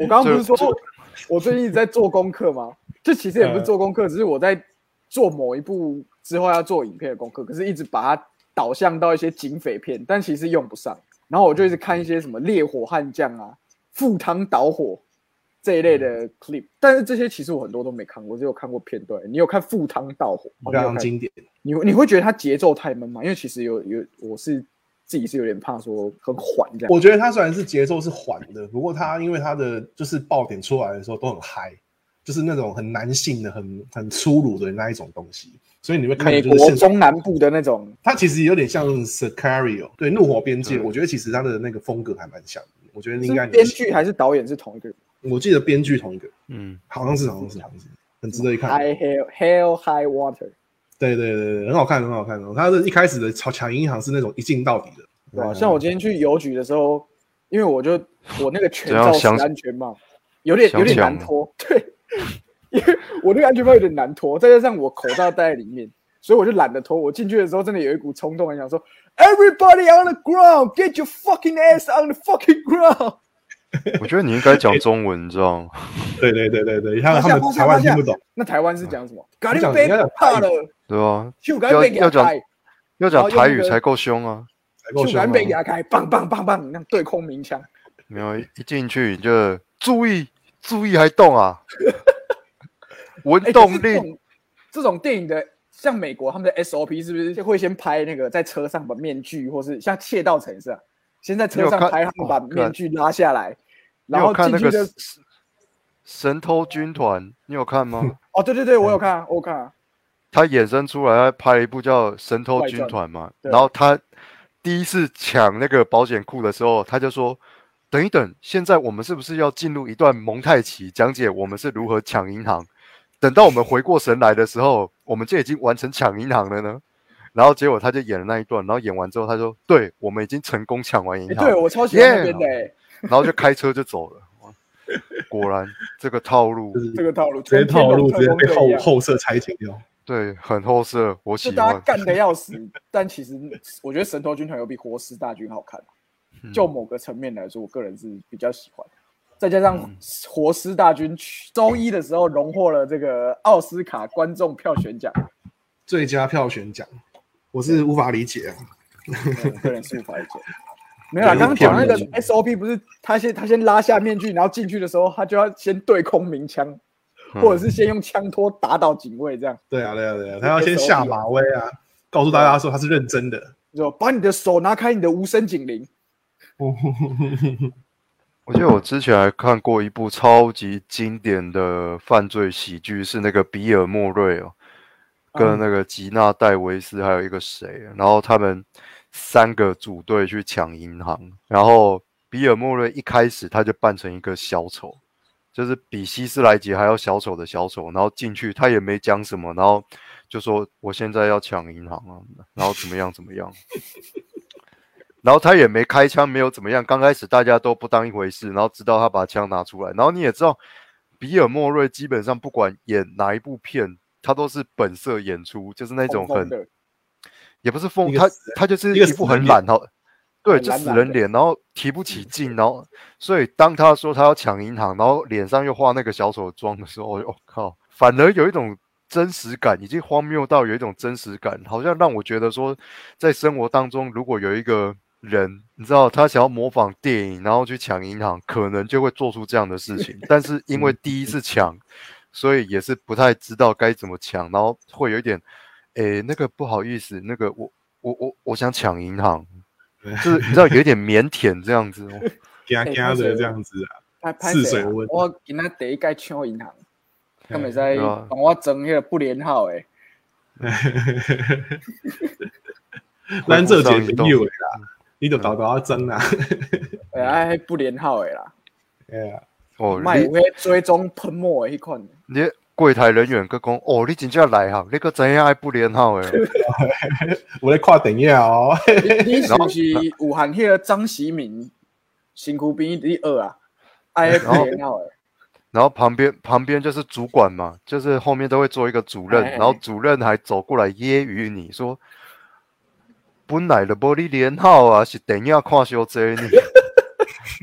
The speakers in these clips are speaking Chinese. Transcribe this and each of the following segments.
我刚刚不是说我最近一直在做功课吗？这其实也不是做功课，只是我在做某一部之后要做影片的功课，可是一直把它导向到一些警匪片，但其实用不上。然后我就一直看一些什么烈火悍将啊、赴汤蹈火这一类的 clip，但是这些其实我很多都没看过，只有看过片段。你有看赴汤蹈火？ 非常经典。 你会觉得它节奏太闷吗？因为其实我是自己是有点怕说很缓这样。 我觉得它虽然是节奏是缓的，不过它因为它的就是爆点出来的时候都很嗨，就是那种很男性的、很粗鲁的那一种东西，所以你会看美国中南部的那种。 它其实有点像 Sicario， 对，怒火边界。我觉得其实它的那个风格还蛮像的。我觉得应该编剧还是导演是同一个人。 我记得编剧同一个，好像是，很值得一看。 Hell High Water， 对，很好看，很好看。他的一开始的抢银行是那种一镜到底的， 对吧？像我今天去邮局的时候，因为我那个全罩式安全帽有点难脱，对，因为我那个安全帽有点难脱，再加上我口罩戴在里面，所以我就懒得脱。我进去的时候真的有一股冲动，很想说 ，Everybody on the ground, get your fucking ass on the fucking ground。 我觉得你应该讲中文，你知道吗？ 对，他们台湾听不懂。 那台湾是讲什么？赶紧被怕了， 对吧？ 要讲台语才够凶啊！ 就赶紧被压开，棒棒棒棒，那对空鸣枪。 没有，一进去你就注意还动啊！文动令。 这种电影的，像美国他们的 SOP 是不是会先拍那个在车上把面具，或是像窃盗城市啊，先在车上拍他们把面具拉下来。然后进去的神偷军团，你有看吗？ 哦，对，我有看啊， 他衍生出来，他拍一部叫《神偷军团》嘛。然后他第一次抢那个保险库的时候，他就说：“等一等，现在我们是不是要进入一段蒙太奇，讲解我们是如何抢银行？等到我们回过神来的时候，我们就已经完成抢银行了呢。”然后结果他就演了那一段，然后演完之后，他说：“对，我们已经成功抢完银行。” 对，我超喜欢那边的。 然后就开车就走了。果然这个套路， 直接被后设拆解掉。 对，很后设，我喜欢。 就大家干的要死，但其实我觉得神偷军团有比活尸大军好看。就某个层面来说，我个人是比较喜欢。再加上活尸大军周一的时候荣获了这个奥斯卡观众票选奖， 最佳票选奖，我是无法理解啊。 个人是无法理解。没有啦，刚刚讲那个 SOP 不是他先拉下面具，然后进去的时候他就要先对空鸣枪，或者是先用枪托打倒警卫这样。 对啊，他要先下马威啊，告诉大家说他是认真的， 就把你的手拿开，你的无声警铃。 我记得我之前还看过一部超级经典的犯罪喜剧，是那个比尔·莫瑞跟那个吉娜·戴维斯还有一个谁，然后他们3个组队去抢银行，然后比尔·莫瑞一开始他就扮成一个小丑，就是比希斯莱杰还要小丑的小丑，然后进去他也没讲什么，然后就说我现在要抢银行啊，然后怎么样，然后他也没开枪，没有怎么样，刚开始大家都不当一回事，然后直到他把枪拿出来，然后你也知道比尔·莫瑞基本上不管演哪一部片，他都是本色演出，就是那种很也不是疯，他就是一副很懒，对，就死人脸，然后提不起劲，然后所以当他说他要抢银行，然后脸上又画那个小丑妆的时候，我靠，反而有一种真实感，已经荒谬到有一种真实感，好像让我觉得说，在生活当中，如果有一个人，你知道他想要模仿电影，然后去抢银行，可能就会做出这样的事情，但是因为第一次抢，所以也是不太知道该怎么抢，然后会有一点。那个不好意思，那个我想抢银行，就是你知道有一点腼腆这样子， 嘎嘎的这样子啊，试水温。 我今天第一届抢银行，他们在帮我争那个不连号诶。 咱这节朋友啦，你就豆豆争啦。 哎，不连号诶啦。 哎呀， 卖有迄追踪喷墨诶迄款。 你柜台人员佮讲，哦，你真正来哈，你佮知影爱不连号诶。 我在看电影哦。 你是不是有喊迄个张习明身躯边第2啊？爱不连号诶。 然后旁边就是主管嘛，就是后面都会做一个主任，然后主任还走过来揶揄你说，本来就无你连号啊，是电影看伤济呢。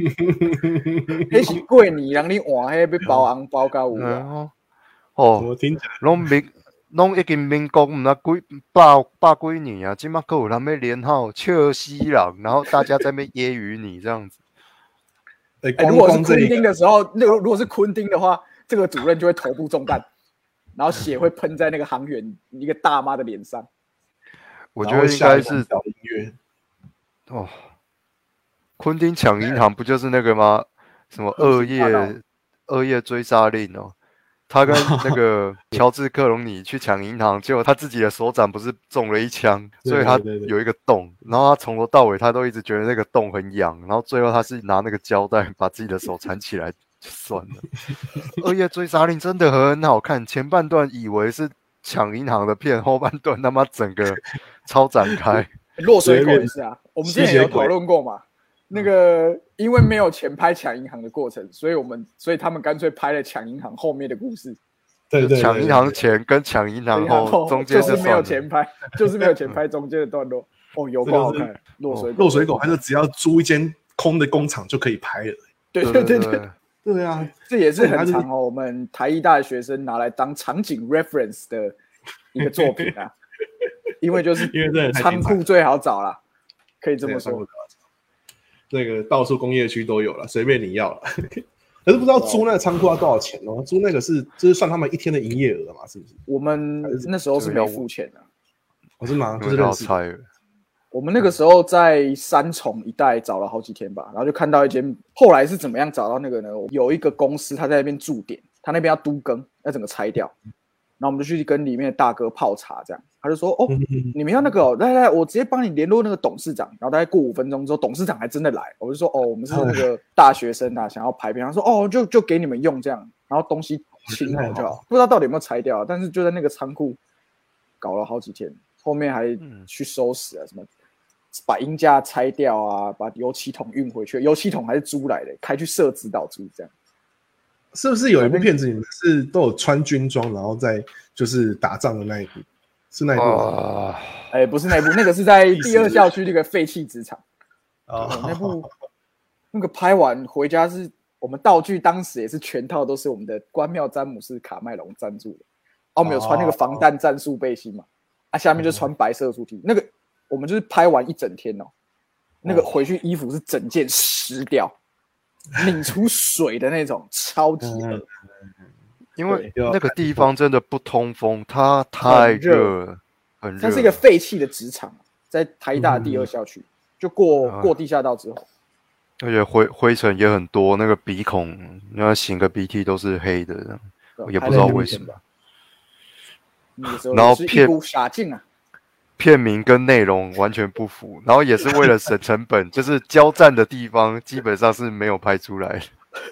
那是过年人你换迄要包红包到有啊。 我听起来拢已经民国毋知百几年啊，今麦还有人要连号笑死人，然后大家在那边揶揄你这样子。 如果是昆丁的时候，如果是昆丁的话，这个主任就会头部中弹，然后血会喷在那个航员一个大妈的脸上。 我觉得应该是小音乐哦，昆汀抢银行不就是那个吗？什么恶夜追杀令哦？他跟那个乔治克隆尼去抢银行，结果他自己的手掌不是中了一枪，所以他有一个洞，然后他从头到尾他都一直觉得那个洞很痒，然后最后他是拿那个胶带把自己的手缠起来就算了。恶夜追杀令真的很好看，前半段以为是抢银行的片，后半段他妈整个超展开。 落水狗也是啊，我们之前有讨论过嘛。那个因为没有钱拍抢银行的过程，所以他们干脆拍了抢银行后面的故事。 对， 抢银行前跟抢银行后中间就是没有钱拍，就是没有钱拍中间的段落。哦，有够好看！落水狗还是只要租一间空的工厂就可以拍了。 对啊， 这也是很常我们台艺大的学生拿来当场景 reference 的一个作品啊。因为仓库最好找啦，可以这么说。 那个到处工业区都有了，随便你要了。可是不知道租那个仓库要多少钱哦？租那个就是算他们一天的营业额嘛？是不是？ 我们那时候是没付钱的。 是吗？就是认识。 我们那个时候在三重一带找了好几天吧，然后就看到一间。后来是怎么样找到那个呢？有一个公司他在那边驻点，他那边要都更，要整个拆掉。然后我们就去跟里面的大哥泡茶，这样他就说：“哦，你们要那个哦，来，我直接帮你联络那个董事长。”然后大概过5分钟之后，董事长还真的来。我就说：“哦，我们是那个大学生啊，想要拍片。”他说：“哦，就给你们用这样，然后东西清好就好。”不知道到底有没有拆掉，但是就在那个仓库搞了好几天，后面还去收拾啊，什么把鹰架拆掉啊，把油漆桶运回去，油漆桶还是租来的，开去社子岛租这样。 是不是有一部片子你们是都有穿军装，然后在就是打仗的那一部？是那一部吗？ 不是那一部，那个是在第2校区那个废弃职场。那部那个拍完回家是我们道具，当时也是全套都是我们的关庙詹姆斯卡麦隆赞助的。我们有穿那个防弹战术背心嘛？下面就穿白色主题。那个我们就是拍完一整天哦，那个回去衣服是整件湿掉。拧出水的那种，超级热。 因为那个地方真的不通风，它太热了，很热。 它是一个废弃的职场，在台大第2校区，就过地下道之后， 而且灰尘也很多，那个鼻孔，那擤个鼻涕都是黑的，也不知道为什么。然后一股傻劲啊！ 片名跟内容完全不符，然后也是为了省成本，就是交战的地方基本上是没有拍出来的。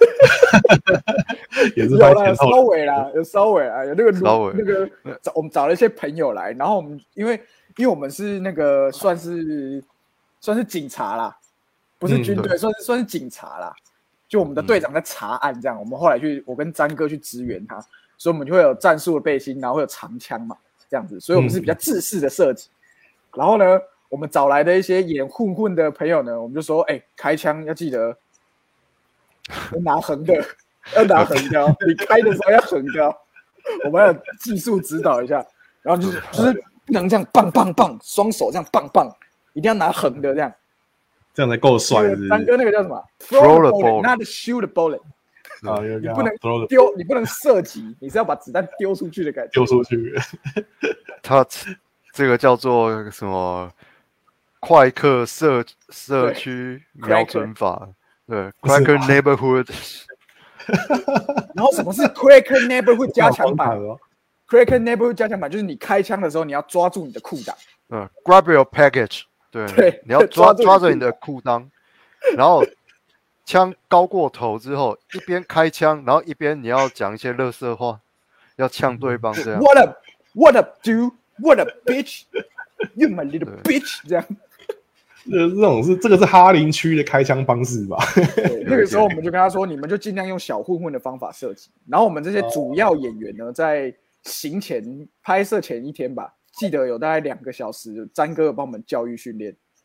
也是有稍微啦，有那个我们找了一些朋友来，然后我们因为我们是那个算是警察啦，不是军队，算是警察啦。就我们的队长在查案这样，我们后来我跟詹哥去支援他，所以我们就会有战术的背心，然后会有长枪嘛，这样子，所以我们是比较制式的设计。然后呢，我们找来的一些演混的朋友呢，我们就说：开枪要记得要拿横的，要拿横的，你开的时候要横的，我们要技术指导一下。然后就是不能这样棒棒棒，双手这样棒棒，一定要拿横的这样才够帅。 三哥那个叫什么 ？Throw the bullet, not shoot the bullet。你不能丢，你不能射击，你是要把子弹丢出去的感觉。 丢出去。 他这个叫做什么？快客社区瞄准法，对 ，Cracker Neighborhood。 然后什么是 Cracker Neighborhood 加强版？Cracker Neighborhood 加强版就是你开枪的时候，你要抓住你的裤裆。 Grab your package。对，你要抓着你的裤裆，然后枪高过头之后，一边开枪，然后一边你要讲一些垃圾话，要呛对方这样。 What up, dude? What up, bitch? You my little bitch？ 这样。 这个是哈林区的开枪方式吧？ 那个时候我们就跟他说，你们就尽量用小混混的方法射击。然后我们这些主要演员呢，在行前拍摄前一天吧，记得有大概2个小时，詹哥有帮我们教育训练。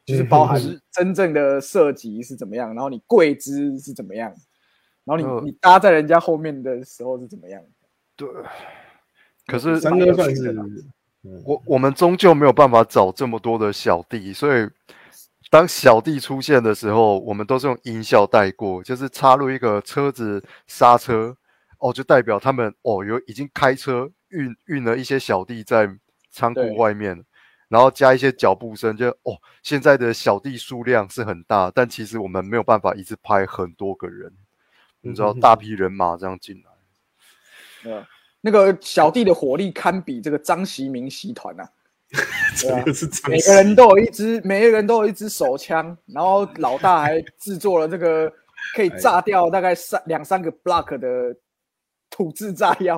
就是包含真正的射击是怎么样，然后你跪姿是怎么样，然后你搭在人家后面的时候是怎么样。 对，可是三哥算是我们终究没有办法找这么多的小弟，所以当小弟出现的时候，我们都是用音效带过，就是插入一个车子刹车，就代表他们已经开车运了一些小弟在仓库外面，然后加一些脚步声，就现在的小弟数量是很大，但其实我们没有办法一次拍很多个人，你知道大批人马这样进来。 那个小弟的火力堪比这个张习明习团啊！每个人都有一支手枪，然后老大还制作了这个可以炸掉大概2-3个 block 的土制炸药。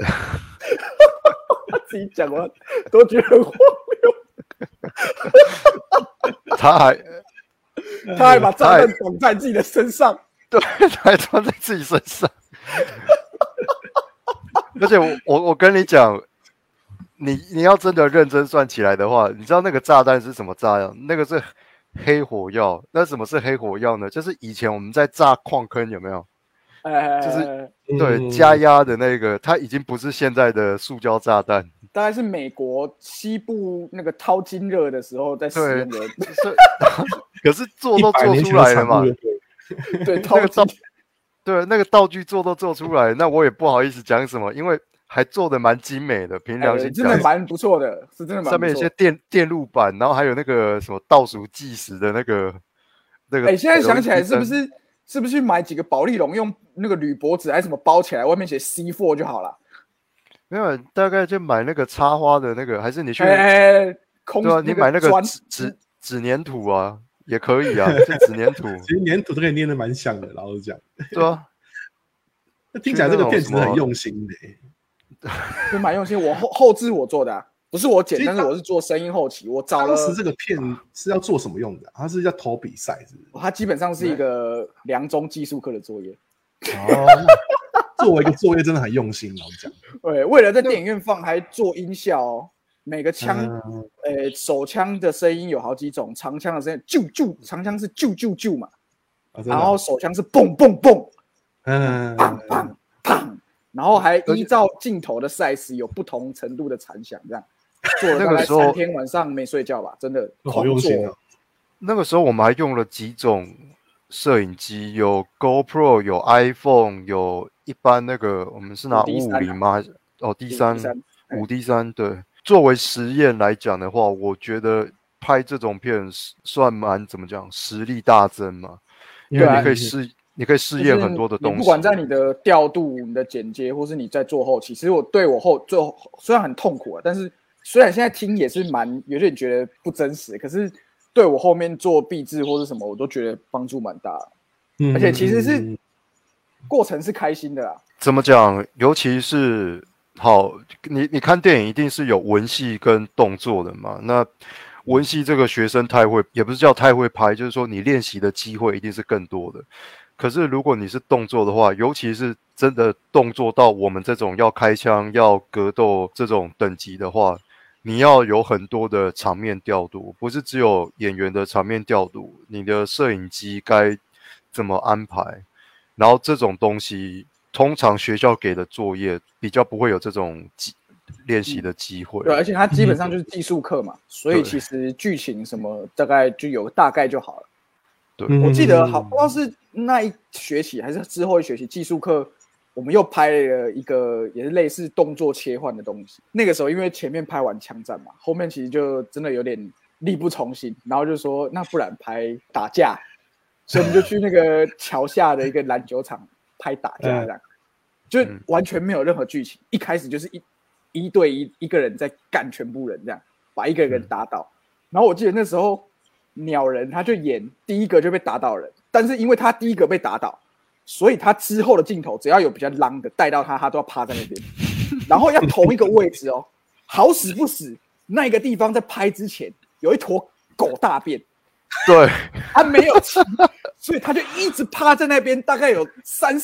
他自己讲完都觉得很荒谬。他还把炸弹绑在自己的身上， 对，他还装在自己身上。而且我跟你讲，你要真的认真算起来的话，你知道那个炸弹是什么炸药？那个是黑火药。那什么是黑火药呢？就是以前我们在炸矿坑有没有？就是对加压的那个，它已经不是现在的塑胶炸弹， 大概是美国西部那个淘金热的时候在使用的。 可是做都做出来了嘛？ 对， 那个道具做都做出来，那我也不好意思讲什么，因为还做的蛮精美的，凭良心讲， 真的蛮不错的，是真的蛮不错的。 上面有些电路板，然后还有那个什么倒数计时的那个。 现在想起来是不是买几个保丽龙，用那个铝箔纸还是什么包起来，外面写 C4 就好了？ 没有，大概就买那个插花的那个，还是你去对啊， 你买那个纸粘土啊。也可以啊，就纸粘土， 其实粘土都可以粘得蛮像的，老实讲。 对啊， 那听起来这个片子很用心的， 就蛮用心。我后制我做的啊，不是我剪，但是我是做声音后期。我找了。 当时这个片是要做什么用的？它是要投比赛，是不是？ 它基本上是一个2中技术课的作业。 作为一个作业真的很用心，老实讲。 对，为了在电影院放，还做音效哦。每个枪，手枪的声音有好几种，长枪的声音啾啾，长枪是啾啾啾嘛，然后手枪是蹦蹦蹦，砰砰砰，然后还依照镜头的 size 有不同程度的残响，这样做了大概3天晚上没睡觉吧，真的好用心啊。 那个时候我们还用了几种摄影机，有 GoPro， 有 iPhone， 有一般那个我们是拿550吗？还是D3 5D3 对。作为实验来讲的话，我觉得拍这种片算蛮怎么讲，实力大增嘛，因为你可以试验很多的东西。 不管在你的调度、你的剪接，或是你在做后期，其实我做虽然很痛苦啊，但是虽然现在听也是有点觉得不真实，可是对我后面做壁制或是什么，我都觉得帮助蛮大的。而且其实是过程是开心的啦。 怎么讲？尤其是。好，你看电影一定是有文戏跟动作的嘛？那文戏这个学生太会，也不是叫太会拍，就是说你练习的机会一定是更多的。可是如果你是动作的话，尤其是真的动作到我们这种要开枪、要格斗这种等级的话，你要有很多的场面调度，不是只有演员的场面调度，你的摄影机该怎么安排，然后这种东西。通常学校给的作业比较不会有这种练习的机会。 对，而且它基本上就是技术课嘛，所以其实剧情什么大概就有大概就好了。 对， 我记得不知道是那一学期还是之后一学期技术课，我们又拍了一个也是类似动作切换的东西。那个时候因为前面拍完枪战嘛，后面其实就真的有点力不从心，然后就说那不然拍打架，所以我们就去那个桥下的一个篮球场。拍打架这样，就完全没有任何剧情，一开始就是一对一个人在干全部人这样，把一个人打倒。然后我记得那时候鸟人他就演第一个就被打倒人，但是因为他第一个被打倒，所以他之后的镜头只要有比较浪的带到他都要趴在那边，然后要同一个位置哦，好死不死那个地方在拍之前有一坨狗大便。 对， 他没有骑，所以他就一直趴在那边，大概有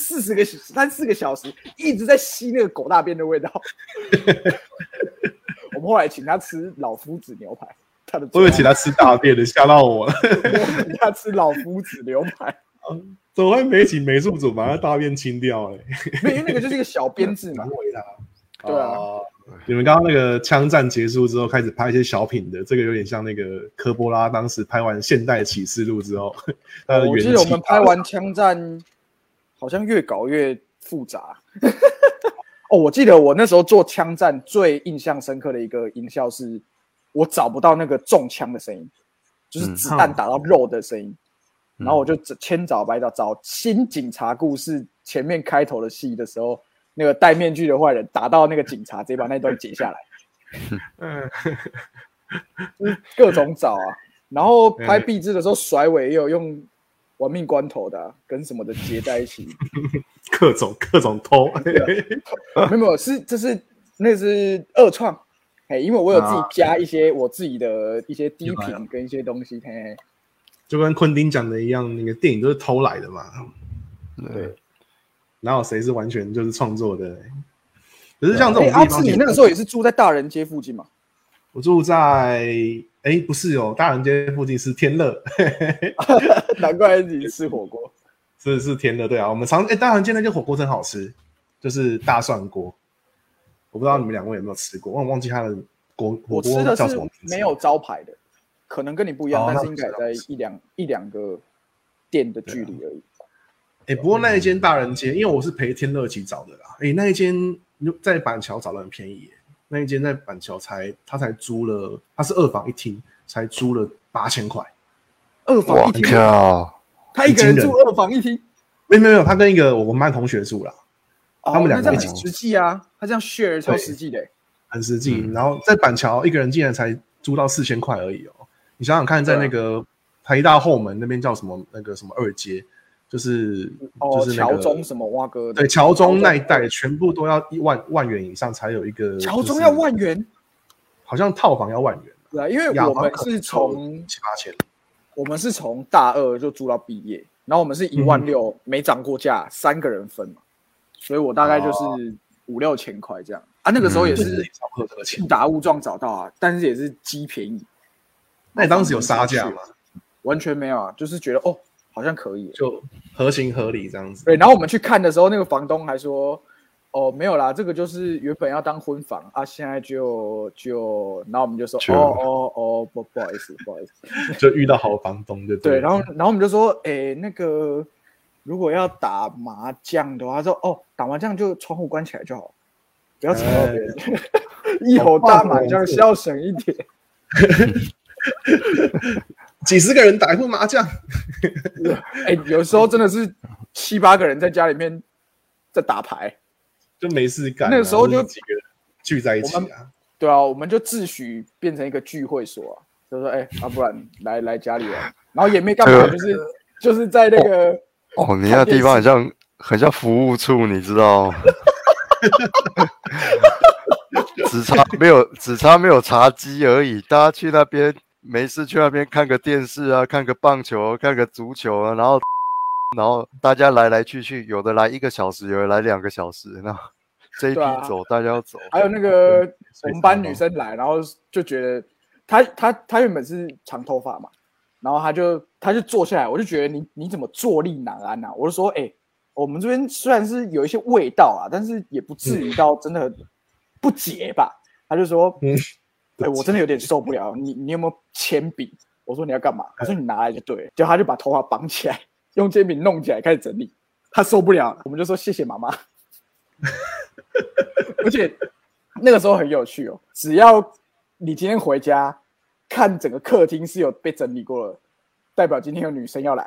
3、4个小时，一直在吸那个狗大便的味道。我们后来请他吃老夫子牛排， 他的我以为其他吃大便的，吓到我了。 他吃老夫子牛排， 怎么会没请美术组把他大便清掉嘞？ 因为那个就是一个小编制嘛难。为他。 对啊， 你们刚刚那个枪战结束之后，开始拍一些小品的，这个有点像那个科波拉当时拍完《现代启示录》之后，他的我记得我们拍完枪战，好像越搞越复杂。哦，我记得我那时候做枪战最印象深刻的一个音效是，我找不到那个中枪的声音，就是子弹打到肉的声音，然后我就千找百找，找新警察故事前面开头的戏的时候。那个戴面具的坏人打到那个警察，直接把那段剪下来，各种找啊。然后拍壁纸的时候甩尾也有用玩命关头的、啊，跟什么的结在一起， 各种偷。 没有，那是二创，因为我有自己加一些我自己的一些低频跟一些东西， 就跟昆汀讲的一样，那个电影都是偷来的嘛。 对。 哪有谁是完全就是创作的？可是像这种地方， 阿志，你那个时候也是住在大人街附近吗？ 我住在不是哦，大人街附近是天乐， 难怪你吃火锅。 是天乐，对啊，我们大人街那间火锅真好吃，就是大涮锅。我不知道你们两位有没有吃过，我忘记它的火锅叫什么名字， 没有招牌的，可能跟你不一样，但是应该在一两个店的距离而已。 不过那一间大人街，因为我是陪天乐一起找的啦。那一间在板桥找的很便宜耶，那一间在板桥他才租了，他是2房1厅，才租了8000块。 2房1厅，他一个人住2房1厅？ 没有，他跟一个我们班同学住啦。他们两个一起实际啊，他这样 share 超实际的， 很实际。然后在板桥一个人竟然才租到4000块而已哦。你想想看，在那个台大后门那边叫什么那个什么2街。就是那个桥中什么蛙哥， 对，桥中那一带全部都要万元以上才有一个。 桥中要万元， 好像套房要万元。 对啊，因为我们是从 7、8千， 我们是从大2就租到毕业，然后我们是16000，没涨过价，3个人分嘛，所以我大概就是5、6千块这样啊。那个时候也是误打误撞找到啊，但是也是极便宜。 那你当时有杀价吗？ 完全没有啊，就是觉得好像可以， 就合情合理这样子。 对，然后我们去看的时候，那个房东还说：“没有啦，这个就是原本要当婚房啊，现在就……”然后我们就说：“不好意思。” 就遇到好房东，对。 然后我们就说：“那个如果要打麻将的话，他说打麻将就窗户关起来就好，不要吵到别人。一口大麻将是要省一点。” 几十个人打一副麻将， 有时候真的是7、8个人在家里面在打牌， 就没事干。 那个时候就几个人聚在一起啊。 对啊，我们就自诩变成一个聚会所啊，就说不然来家里玩，然后也没干嘛，就是在那个你那地方很像服务处，你知道？只差没有茶几而已，大家去那边。没事去那边看个电视啊，看个棒球，看个足球啊，然后大家来去，有的来1个小时，有的来2个小时，然后这一批走，大家要走。 还有那个我们班女生来，然后就觉得她原本是长头发嘛，然后她就坐下来，我就觉得你怎么坐立难安啊？我就说我们这边虽然是有一些味道啊，但是也不至于到真的不洁吧？她就说我真的有点受不了，你有没有铅笔？我说你要干嘛？我说你拿来就对了。结果他就把头发绑起来，用铅笔弄起来开始整理。他受不了，我们就说谢谢妈妈。而且那个时候很有趣哦，只要你今天回家看整个客厅是有被整理过的，代表今天有女生要来。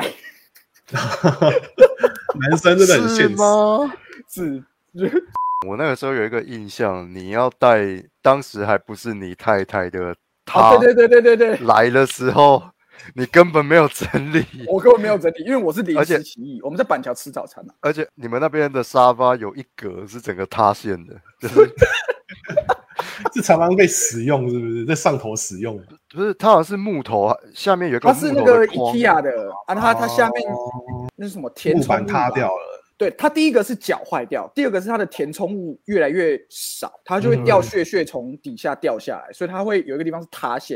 男生真的很现实吗？ 是。 我那个时候有一个印象，你要带当时还不是你太太的她， 对， 来的时候你根本没有整理， 我根本没有整理，因为我是临时起意，我们在板桥吃早餐而且你们那边的沙发有一格是整个塌陷的，就是是常常被使用，是不是在上头使用？ 不是，它好像是木头，下面有一个木头的它是那个 IKEA 的啊，它下面那是什么填充物木板塌掉了。 对，它第一个是脚坏掉，第二个是它的填充物越来越少，它就会掉屑从底下掉下来，所以它会有一个地方是塌陷的。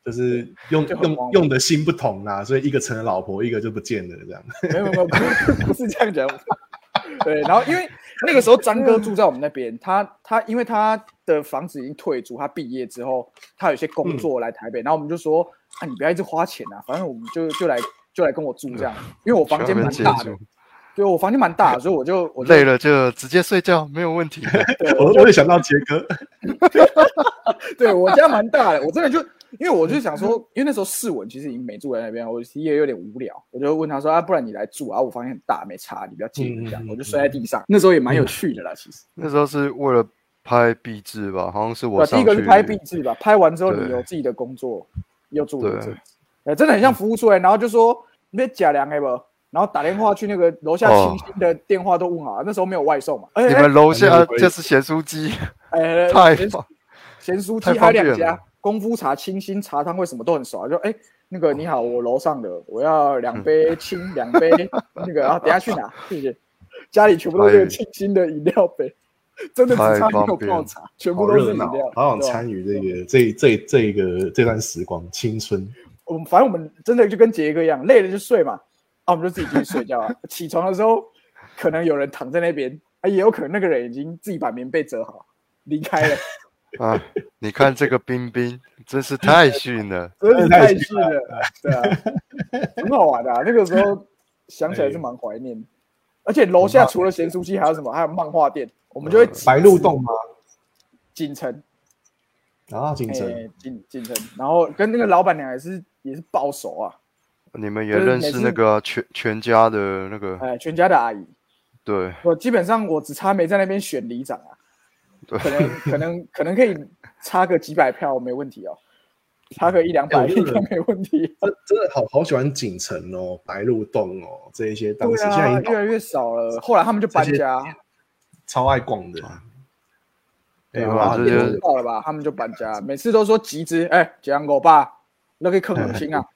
就是用的心不同啊，所以一个成了老婆，一个就不见了这样。 没有，不是这样讲。对，然后因为那个时候詹哥住在我们那边，他因为他的房子已经退租，他毕业之后他有些工作来台北，然后我们就说啊，你不要一直花钱啊，反正我们就来跟我住这样，因为我房间蛮大的。对，我房间蛮大的，所以我就累了就直接睡觉，没有问题。 我也想到杰哥， 对我家蛮大的，我真的就因为我就想说，因为那时候世文其实已经没住在那边，我也有点无聊，我就问他说啊，不然你来住啊，我房间很大，没差，你不要介意这样，我就睡在地上。那时候也蛮有趣的啦，其实。 那时候是为了拍壁纸吧，好像是我上去。 第一个是拍壁纸吧，拍完之后你有自己的工作，又住了一阵子，真的很像服务出来，然后就说你别假粮不？然后打电话去那个楼下清新的电话都问好，那时候没有外送嘛。 你们楼下就是咸酥鸡，太咸酥鸡还有2家，功夫茶、清新茶汤会什么都很熟，就那个你好，我楼上的我要2杯清2杯那个，然后等下去拿，谢谢。家里全部都是清新的饮料杯，真的只差没有泡茶，全部都是饮料。 好想参与这段时光，青春。 反正我们真的就跟杰哥一样，累了就睡嘛。我们就自己进去睡觉啊。起床的时候，可能有人躺在那边，也有可能那个人已经自己把棉被折好离开了。 啊！你看这个冰冰，真是太逊了， 真是太逊了，对啊，很好玩的啊。那个时候想起来是蛮怀念的。而且楼下除了咸酥鸡还有什么？还有漫画店，我们就会白鹿洞吗？ 锦城啊，锦城， 锦城，然后跟那个老板娘也是爆熟啊。 你们也认识那个全家的那个？ 全家的阿姨。对，我基本上我只差没在那边选里长啊。可能可以差个几百票没问题哦，差个100-200应该没问题。 真的好喜欢锦城哦，白鹿洞哦，这一些当时现在已经越来越少了。后来他们就搬家， 超爱逛的。 对吧？知道了吧？他们就搬家，每次都说集资，这样我爸那可以坑很轻啊。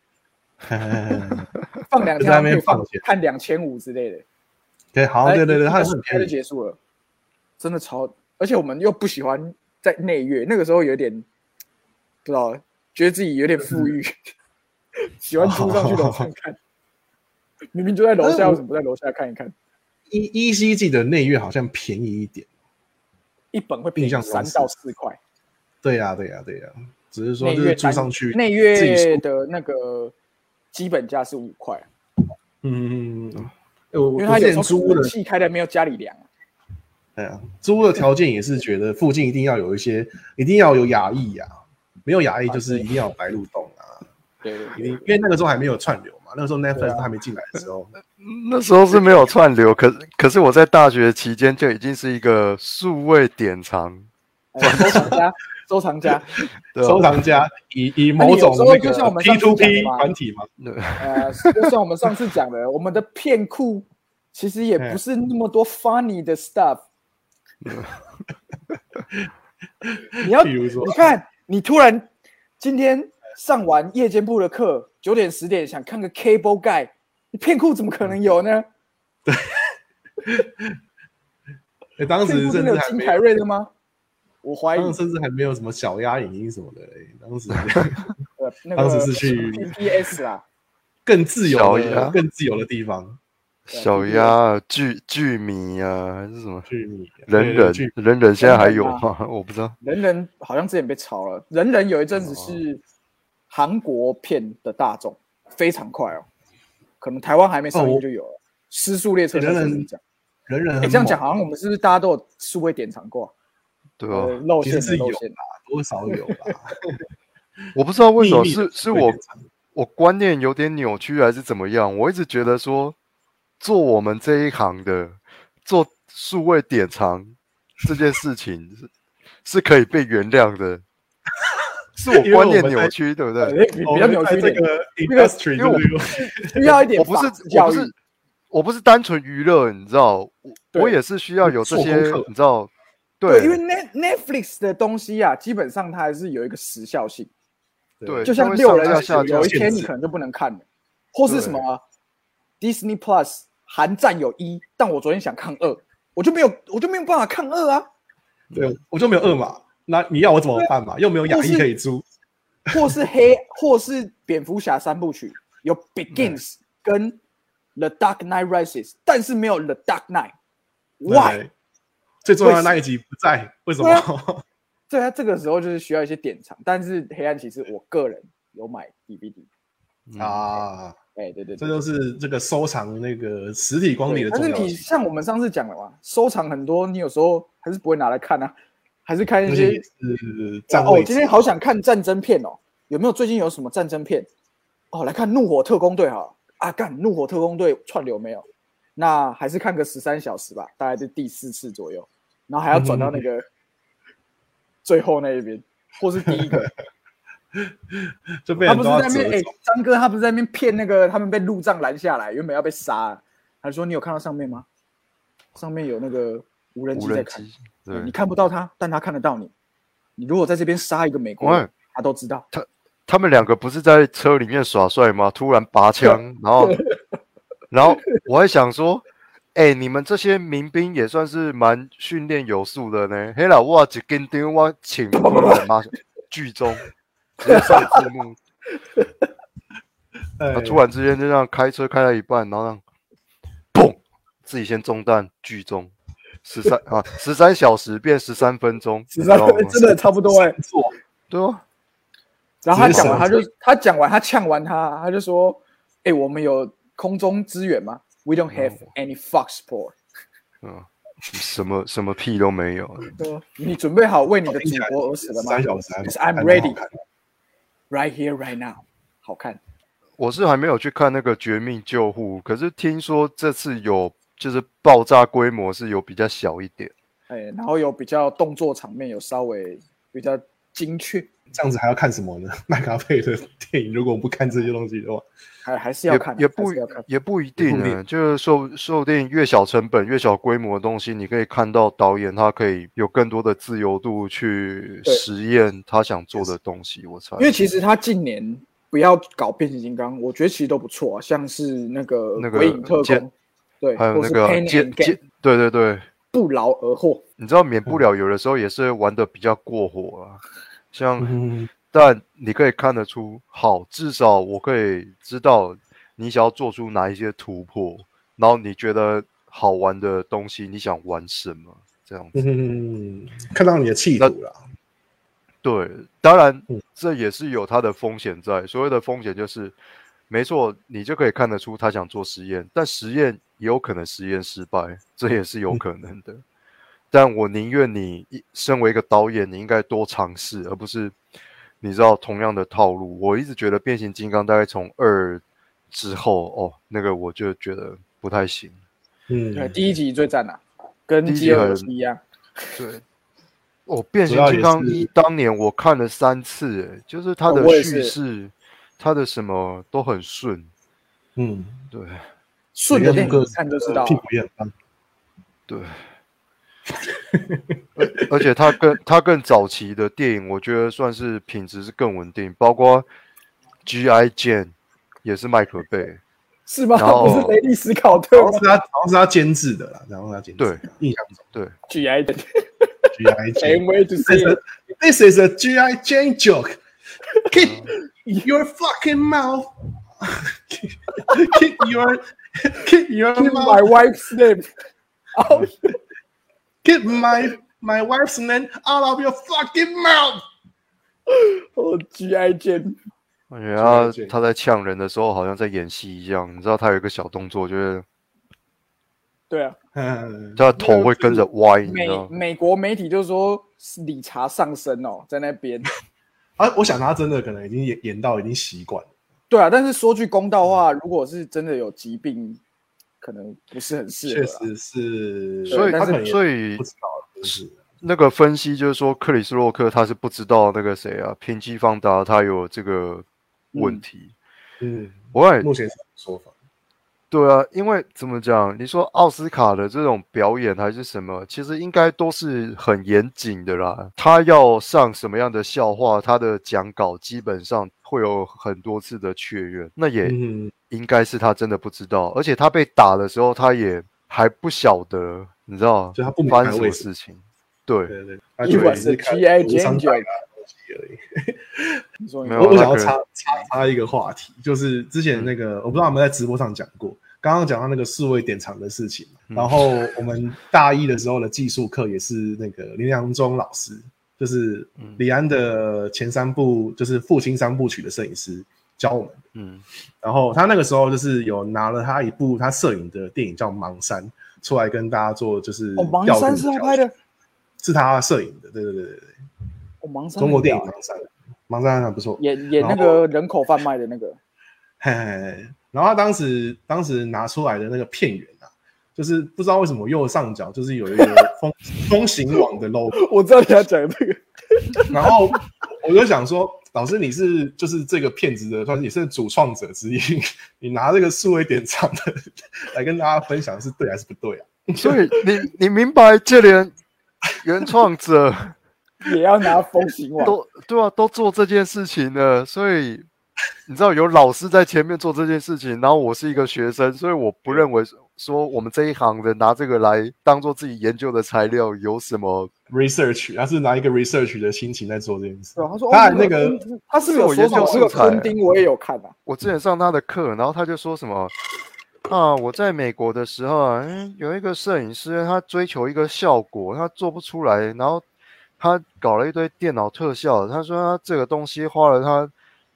放2天可以看2500之类的。 对，好，对，他很便宜就结束了，真的超。而且我们又不喜欢在内越，那个时候有点不知道，觉得自己有点富裕，喜欢租上去楼上看。明明就在楼下，为什么不在楼下看一看？ 依稀记得内越好像便宜一点， 一本会便宜3到4块。 对呀，只是说就是租上去， 内越的那个基本价是5块。 因为他有时候冷气开的没有家里凉。 租的条件也是觉得附近一定要有雅艺啊，没有雅艺就是一定要有白鹿洞啊。 对， 因为那个时候还没有串流嘛，那个时候 Netflix 都还没进来的时候， 那时候是没有串流，可是我在大学期间就已经是一个数位典藏收藏家， 收藏家以某种那个 P2P 团体嘛， 就像我们上次讲的，我们的片库其实也不是那么多 funny 的 stuff。你看，你突然今天上完夜间部的课，9点10点想看个 Cable Guy， 你片库怎么可能有呢？ 对，当时甚至有金凯瑞的吗？我怀疑， 甚至还没有什么小鸭影音什么的。当时是去 PPS 啦， 更自由的地方。 小鸭剧迷啊，还是什么剧迷？ 人现在还有吗？我不知道。 人好像之前被炒了。人有一阵子是韩国片的大众，非常快哦，可能台湾还没上映就有了。失速列车人这样讲好像我们是不是大家都有数位典藏过？ 对啊， 露馅是有啦，多少有啦。 我不知道为什么是我观念有点扭曲还是怎么样，我一直觉得说。做我们这一行的，做数位典藏这件事情是可以被原谅的，是我观念扭曲，对不对？ 比较扭曲这个 industry， 因为我需要一点我不是单纯娱乐，你知道，我也是需要有这些，你知道， 对，因为 Netflix 的东西啊，基本上它还是有一个时效性， 对， 就像6人有一天你可能就不能看了，或是什么 Disney Plus。韩战有1，但我昨天想看2，我就没有办法看2啊。 对，我就没有2嘛，那你要我怎么办嘛？又没有雅艺可以租。 或是蝙蝠侠3部曲有 Begins 跟 The Dark Knight Rises， 但是没有 The Dark Knight。Why？ 最重要的那一集不在，为什么？ 对啊，这个时候就是需要一些典藏。但是黑暗骑士，我个人有买 DVD 啊。 对， 这就是这个收藏那个实体光碟的重要性。 但是你像我们上次讲了嘛，收藏很多，你有时候还是不会拿来看啊，还是看一些战位。 今天好想看战争片哦，有没有最近有什么战争片？来看《怒火特工队》好啊，干《怒火特工队》串流没有？那还是看个13小时吧，大概是第4次左右，然后还要转到那个最后那一边，或是第一个。 他不是在那边张哥他不是在那边骗那个他们被路障拦下来，原本要被杀，他说你有看到上面吗？上面有那个无人机在看，你看不到他，但他看得到你。你如果在这边杀一个美国人，他都知道。 他们2个不是在车里面耍帅吗？突然拔枪，然后我还想说，你们这些民兵也算是蛮训练有素的呢。嘿啦，我一根钉我请妈剧中。直接上字幕，他突然之间就这样开车开到一半，然后砰，自己先中弹，剧中13小时变13分钟 ，13分真的差不多对啊。 然后他讲完，他呛完他就说，我们有空中支援吗 ？We don't have any fuck support。 什么屁都没有。 你准备好为你的祖国而死了吗 ？3小时 ，I'm ready。Right here, right now， 好看。 我是还没有去看那个《绝命救护》，可是听说这次有就是爆炸规模是有比较小一点， 然后有比较动作场面有稍微比较精确。 这样子还要看什么呢？麦卡佩的电影，如果我不看这些东西的话， 还是要看， 也不一定呢。就是说不定越小成本、越小规模的东西，你可以看到导演他可以有更多的自由度去实验他想做的东西。我猜， 因为其实他近年不要搞变形金刚，我觉得其实都不错啊，像是那个鬼影特工，对， 还有那个对， 不劳而获。 你知道免不了有的时候也是玩的比较过火啊。像，但你可以看得出，好，至少我可以知道你想要做出哪一些突破，然后你觉得好玩的东西，你想玩什么，这样子。 看到你的企图啦。 对，当然这也是有它的风险在。所谓的风险就是，没错，你就可以看得出他想做实验，但实验也有可能实验失败，这也是有可能的。但我宁愿你身为一个导演，你应该多尝试，而不是你知道同样的套路。我一直觉得变形金刚大概从2之后，那个我就觉得不太行。 对，第1集最赞啦，跟饥饿游戏一样。 对，变形金刚1当年我看了3次，就是它的叙事，它的什么都很顺。对， 顺的电影看就知道， 屁股也很棒。 对。而且他更早期的电影，我觉得算是品质是更稳定，包括 G.I. Jane 也是麦可贝， 是吗？不是雷利斯考特吗？ 好像是他监制的啦，然后他监制。对，印象中对 G.I. Jane。 This is a G.I. Jane joke. Keep your fucking mouth. Keep your Keep mouth. my wife's name. Get my wife's name out of your fucking mouth! G.I. Jane， 我觉得他在呛人的时候，好像在演戏一样。你知道他有一个小动作，就是对啊， 他的头会跟着歪。你知道美国媒体就说理查上身在那边。 我想他真的可能已经演到已经习惯了。 对啊，但是说句公道话，如果是真的有疾病。可能不是很适合， 确实是， 所以不知道，就是那个分析就是说，克里斯洛克他是不知道那个谁啊，平基方达他有这个问题。 目前是说法。 对啊，因为怎么讲？你说奥斯卡的这种表演还是什么，其实应该都是很严谨的啦。他要上什么样的笑话，他的讲稿基本上会有很多次的确认。那也应该是他真的不知道，而且他被打的时候，他也还不晓得，你知道， 就他不明发生什么事情。对， 他以为是 G.I. Jane 而已。 没有我想要插一个话题，就是之前那个、我不知道我们在直播上讲过，刚刚讲到那个数位典藏的事情，然后我们大一的时候的技术课也是那个林良忠老师，就是李安的前3部就是父亲3部曲的摄影师教我们，然后他那个时候就是有拿了他一部他摄影的电影叫《盲山》出来跟大家做，就是盲山是他拍的， 是他摄影的，对。 盲山中国电影盲山还不错， 演那个人口贩卖的那个， 然后他当时拿出来的那个片源啊，就是不知道为什么右上角就是有一个风行网的 logo， 我知道你要讲这个， 然后我就想说，老师你是就是这个片子的，算是也是主创者之一，你拿这个数位典藏的来跟大家分享是对还是不对啊？ 所以你明白，就连原创者也要拿风行网， 对啊，都做这件事情了，所以你知道有老师在前面做这件事情，然后我是一个学生，所以我不认为说我们这一行的拿这个来当做自己研究的材料有什么 research， 他是拿一个 research 的心情在做这件事。 对啊，他说他那个他是不是有说什么这个昆汀我也有看啊， 我之前上他的课，然后他就说什么啊，我在美国的时候啊，有一个摄影师他追求一个效果，他做不出来，然后他搞了一堆电脑特效，他说他这个东西花了他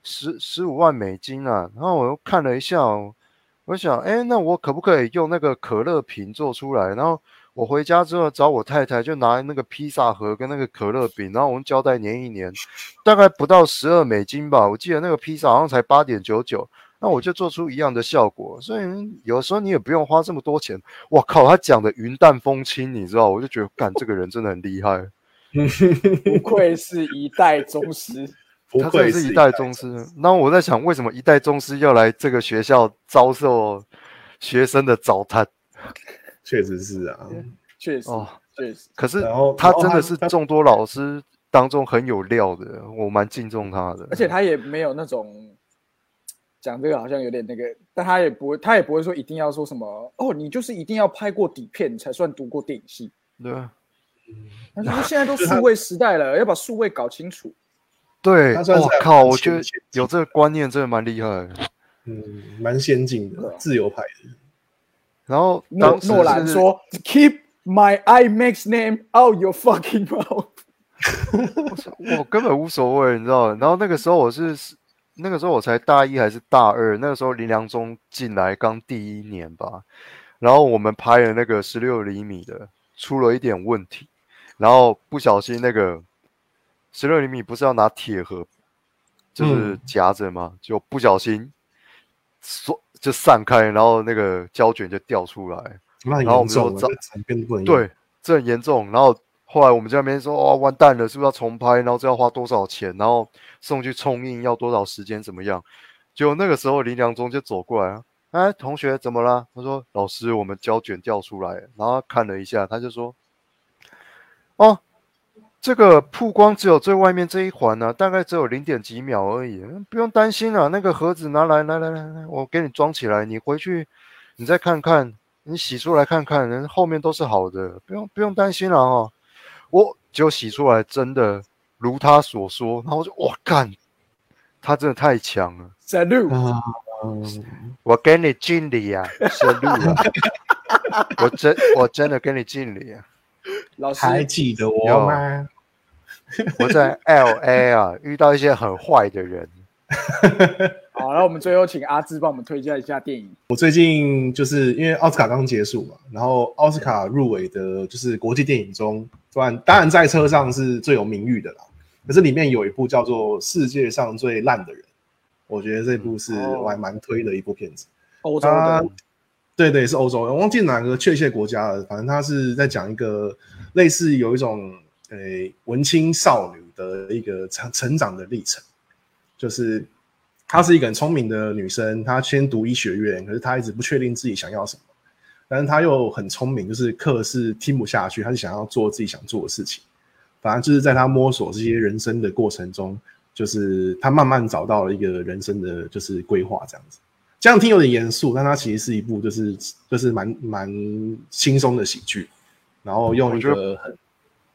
15万美金啊，然后我又看了一下，我想，那我可不可以用那个可乐瓶做出来？然后我回家之后找我太太，就拿那个披萨盒跟那个可乐饼，然后我用胶带粘一粘，大概不到12美金吧。我记得那个披萨好像才8.99，那我就做出一样的效果。所以有时候你也不用花这么多钱。哇靠，他讲的云淡风轻，你知道，我就觉得，干这个人真的很厉害。 不愧是一代宗师。 他真的是一代宗师。然后我在想，为什么一代宗师要来这个学校遭受学生的糟蹋？ 确实是啊， 确实。 可是他真的是众多老师当中很有料的，我蛮敬重他的。 而且他也没有那种讲这个好像有点那个，但他也不会说一定要说什么哦，你就是一定要拍过底片才算读过电影系。 对啊， 他说现在都数位时代了，要把数位搞清楚。 对，我靠，我觉得有这个观念真的蛮厉害的， 蛮先进的，自由派的。 然后诺兰说 ：“Keep my IMAX name out your fucking mouth。” 我根本无所谓，你知道？然后那个时候我才大1还是大2，那个时候林良忠进来刚第1年吧，然后我们拍了那个16厘米的，出了一点问题，然后不小心那个。16厘米不是要拿铁盒，就是夹着嘛，就不小心就散开，然后那个胶卷就掉出来，然后我们就对，这很严重。然后后来我们在那边说，哦，完蛋了，是不是要重拍？然后这要花多少钱？然后送去冲印要多少时间？怎么样？结果那个时候林良忠就走过来，哎，同学怎么了？他说，老师，我们胶卷掉出来了。然后他看了一下，他就说，哦。这个曝光只有最外面这一环呢，大概只有0.几秒而已，不用担心啦。那个盒子拿来，来，我给你装起来，你回去你再看看，你洗出来看看，人后面都是好的，不用担心啦哦。我就洗出来，真的如他所说，然后我就哇干，他真的太强了。 Salute， 我给你敬礼呀，Salute 啊，我真的给你敬礼啊。 老师还记得我吗？ 我在 LA 啊，遇到一些很坏的人。 好，那我们最后请阿志帮我们推荐一下电影。 我最近就是因为奥斯卡刚结束嘛，然后奥斯卡入围的就是国际电影中，当然在车上是最有名誉的啦。可是里面有一部叫做《世界上最烂的人》，我觉得这部是我还蛮推的一部片子。 欧洲的。 对，是欧洲，我忘记哪个确切国家了。反正他是在讲一个类似有一种文青少女的一个成长的历程，就是她是一个很聪明的女生，她先读医学院，可是她一直不确定自己想要什么，但是她又很聪明，就是课是听不下去，她是想要做自己想做的事情。反正就是在她摸索这些人生的过程中，就是她慢慢找到了一个人生的就是规划这样子。这样听有点严肃，但它其实是一部就是蛮轻松的喜剧，然后用一个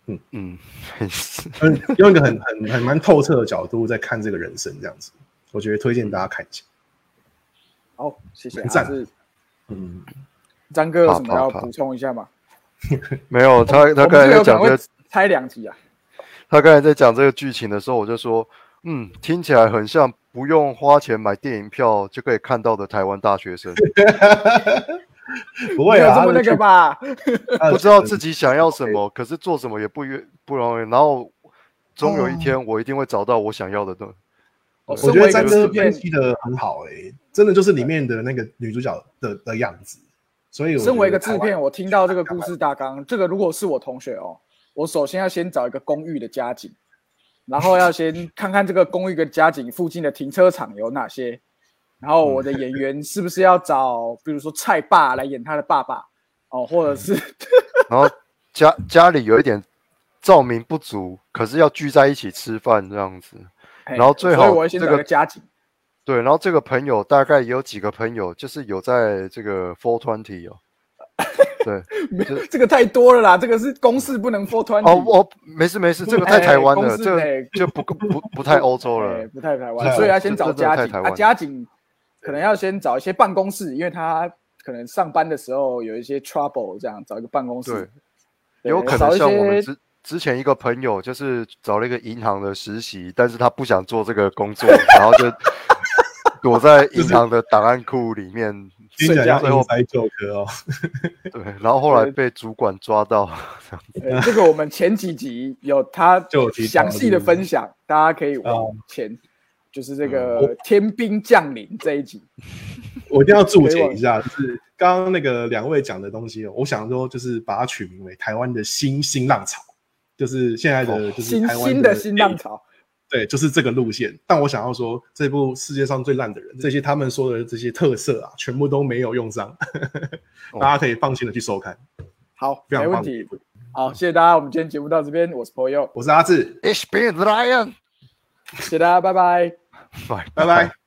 用一个很蛮透彻的角度在看这个人生，这样子，我觉得推荐大家看一下。 好，谢谢。 很赞。 张哥有什么要补充一下吗？ 没有，他刚才在讲这个猜2集啊。 他刚才在讲这个剧情的时候，我就说，听起来很像不用花钱买电影票就可以看到的台湾大学生。 不会啊， 这么那个吧？ 不知道自己想要什么，可是做什么也不容易。然后终有一天，我一定会找到我想要的东西。 我觉得詹哥分析的很好，真的就是里面的那个女主角的样子。所以， 身为一个制片，我听到这个故事大纲，这个如果是我同学哦，我首先要先找一个公寓的家景，然后要先看看这个公寓的家景附近的停车场有哪些。然后我的演员是不是要找，比如说蔡爸来演他的爸爸哦，或者是， 然后家里有一点照明不足，可是要聚在一起吃饭这样子。然后最好所以我会先找个家景。 对，然后这个朋友大概也有几个朋友，就是有在这个 420 哦。对， 这个太多了啦，这个是公式不能 420。 哦，没事，这个太台湾了，这个就不太欧洲了， 不太台湾，所以要先找家景。家景可能要先找一些办公室，因为他可能上班的时候有一些 trouble， 这样找一个办公室。 对，有可能像我们之前一个朋友，就是找了一个银行的实习，但是他不想做这个工作，然后就躲在银行的档案库里面睡觉，最后塞旧科哦。 对，然后后来被主管抓到。 这个我们前几集有他详细的分享，大家可以往前。就是这个天兵降临这一集， 我一定要注解一下，就是刚刚那个2位讲的东西，我想说就是把它取名为台湾的新浪潮，就是现在的就是台湾的新浪潮， 对，就是这个路线。但我想要说，这部世界上最烂的人，这些他们说的这些特色啊，全部都没有用上，大家可以放心的去收看。 好，没问题。好，谢谢大家，我们今天节目到这边，我是 Poyo， 我是阿志 ，Ich bin Ryan， 谢谢大家，拜拜。 拜拜。